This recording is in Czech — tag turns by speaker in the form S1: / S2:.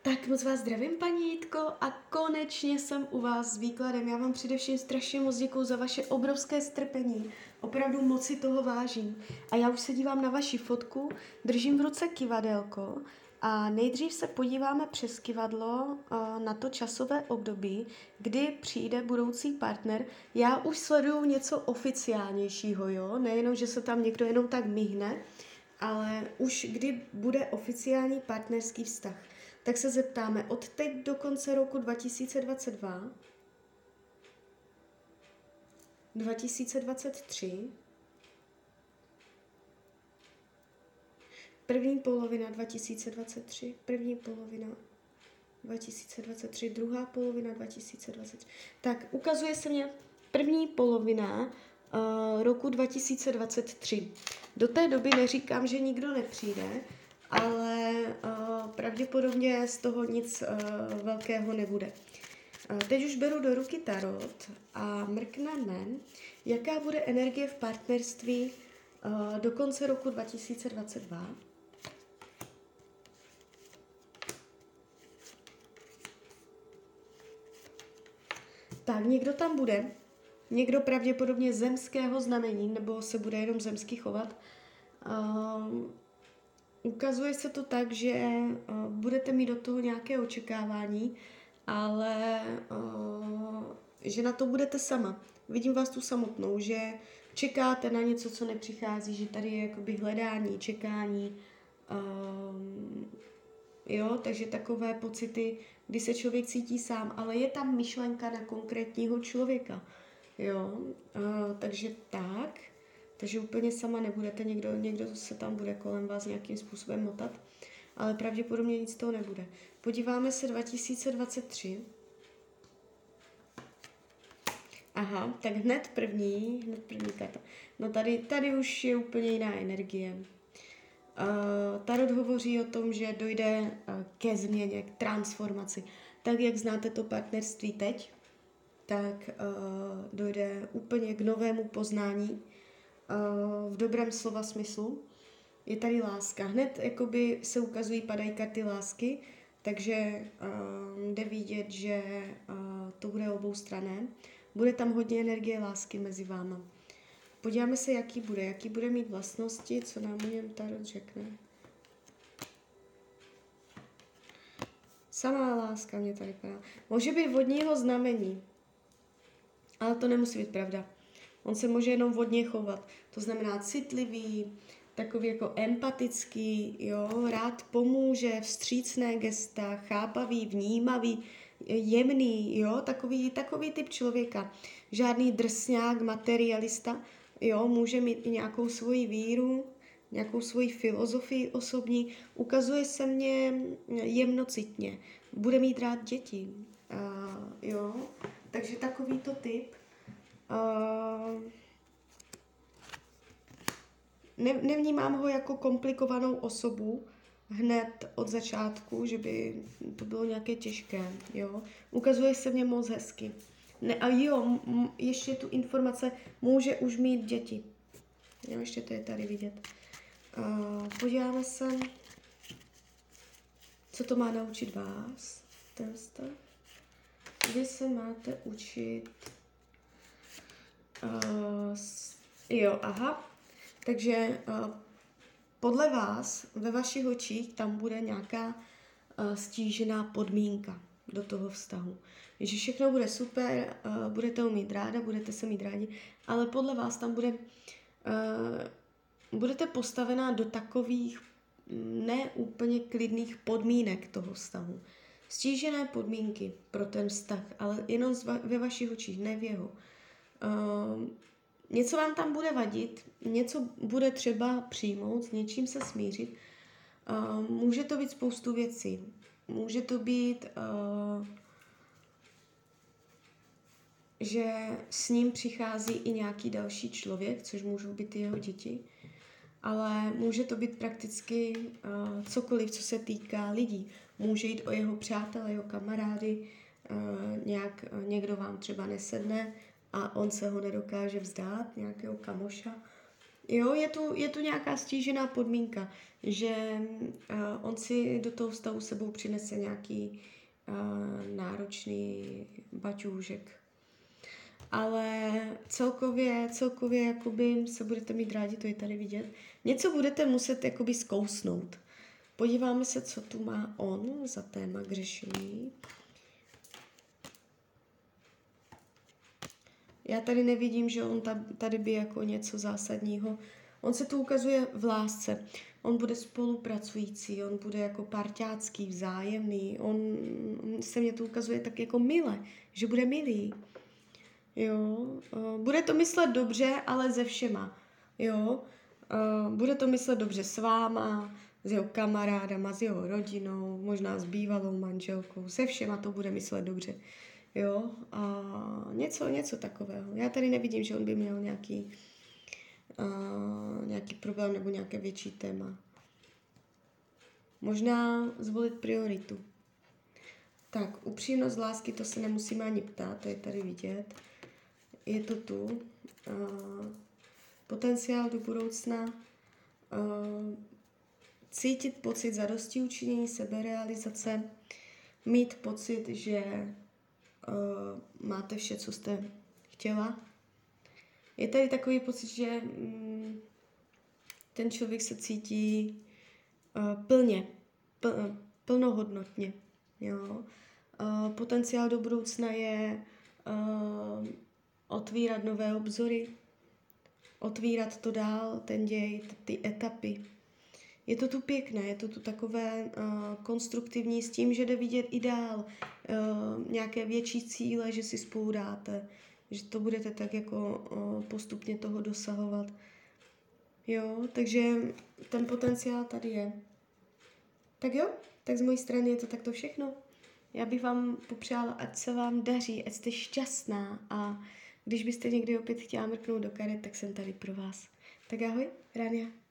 S1: Tak moc vás zdravím, paní Jitko, a konečně jsem u vás s výkladem. Já vám především strašně moc děkuju za vaše obrovské strpení. Opravdu moc si toho vážím. A já už se dívám na vaši fotku, držím v ruce kivadélko a nejdřív se podíváme přes kivadlo na to časové období, kdy přijde budoucí partner. Já už sleduju něco oficiálnějšího, jo? Nejenom, že se tam někdo jenom tak mihne, ale už kdy bude oficiální partnerský vztah. Tak se zeptáme, od teď do konce roku 2022, 2023, první polovina 2023, první polovina 2023, druhá polovina 2023. Tak ukazuje se mě první polovina roku 2023. Do té doby neříkám, že nikdo nepřijde, ale pravděpodobně z toho nic velkého nebude. Teď už beru do ruky tarot a mrkneme, jaká bude energie v partnerství do konce roku 2022. Tak, někdo tam bude, někdo pravděpodobně zemského znamení, nebo se bude jenom zemsky chovat. Ukazuje se to tak, že budete mít do toho nějaké očekávání, ale že na to budete sama. Vidím vás tu samotnou, že čekáte na něco, co nepřichází, že tady je jakoby hledání, čekání, jo, takže takové pocity, kdy se člověk cítí sám, ale je tam myšlenka na konkrétního člověka, jo, takže tak. Takže úplně sama nebudete, někdo se tam bude kolem vás nějakým způsobem motat, ale pravděpodobně nic z toho nebude. Podíváme se 2023. Aha, tak hned první karta. No tady už je úplně jiná energie. Tarot hovoří o tom, že dojde ke změně, k transformaci. Tak, jak znáte to partnerství teď, tak dojde úplně k novému poznání, v dobrém slova smyslu. Je tady láska. Hned jakoby se ukazují, padají karty lásky, takže jde vidět, že to bude oboustranné. Bude tam hodně energie lásky mezi váma. Podíváme se, jaký bude mít vlastnosti, co nám o něm tarot řekne. Samá láska mě tady padá. Může být vodního znamení, ale to nemusí být pravda. On se může jenom vodně chovat. To znamená citlivý, takový jako empatický, jo, rád pomůže, vstřícné gesta, chápavý, vnímavý, jemný, jo, takový typ člověka. Žádný drsňák, materialista, jo, může mít i nějakou svoji víru, nějakou svoji filozofii osobní. Ukazuje se mně jemnocitně. Bude mít rád děti, jo, takže takovýto typ. Nevnímám ho jako komplikovanou osobu hned od začátku, že by to bylo nějaké těžké, jo. Ukazuje se mně moc hezky. A jo, ještě tu informace, může už mít děti. Jo, ještě to je tady vidět. Podíváme se, co to má naučit vás, ten stav. Vy se máte učit. Jo, aha. Takže podle vás, ve vašich očích, tam bude nějaká stížená podmínka do toho vztahu. Že všechno bude super, budete ho mít ráda, budete se mít rádi, ale podle vás tam budete postavená do takových neúplně klidných podmínek toho vztahu. Stížené podmínky pro ten vztah, ale jenom ve vašich očích, ne v jeho. Něco vám tam bude vadit, něco bude třeba přijmout, s něčím se smířit. Může to být spoustu věcí. Může to být, že s ním přichází i nějaký další člověk, což můžou být i jeho děti. Ale může to být prakticky cokoliv, co se týká lidí. Může jít o jeho přátele, jeho kamarády, někdo vám třeba nesedne a on se ho nedokáže vzdát, nějakého kamoša. Jo, je tu nějaká stížená podmínka, že on si do toho vztahu sebou přinese nějaký náročný baťůžek. Ale celkově jakoby se budete mít rádi, to je tady vidět. Něco budete muset jakoby zkousnout. Podíváme se, co tu má on za téma k řešení. Já tady nevidím, že on tady by jako něco zásadního. On se tu ukazuje v lásce. On bude spolupracující, on bude jako parťácký, vzájemný. On se mě tu ukazuje tak jako mile, že bude milý. Jo, bude to myslet dobře, ale ze všema. Jo, bude to myslet dobře s váma, s jeho kamarádama, s jeho rodinou, možná s bývalou manželkou, se všema to bude myslet dobře. Jo, a něco takového. Já tady nevidím, že on by měl nějaký problém nebo nějaké větší téma. Možná zvolit prioritu. Tak, upřímnost lásky, to se nemusíme ani ptát, to je tady vidět. Je to tu. Potenciál do budoucna. Cítit pocit zadostiučinění, seberealizace. Mít pocit, že máte vše, co jste chtěla. Je tady takový pocit, že ten člověk se cítí plnohodnotně. Jo. Potenciál do budoucna je otvírat nové obzory, otvírat to dál, ten děj, ty etapy. Je to tu pěkné, je to tu takové konstruktivní s tím, že jde vidět i dál nějaké větší cíle, že si spolu dáte, že to budete tak jako postupně toho dosahovat. Jo, takže ten potenciál tady je. Tak jo, tak z mojí strany je to takto všechno. Já bych vám popřála, ať se vám daří, ať jste šťastná a když byste někdy opět chtěla mrknout do karet, tak jsem tady pro vás. Tak ahoj, Rania.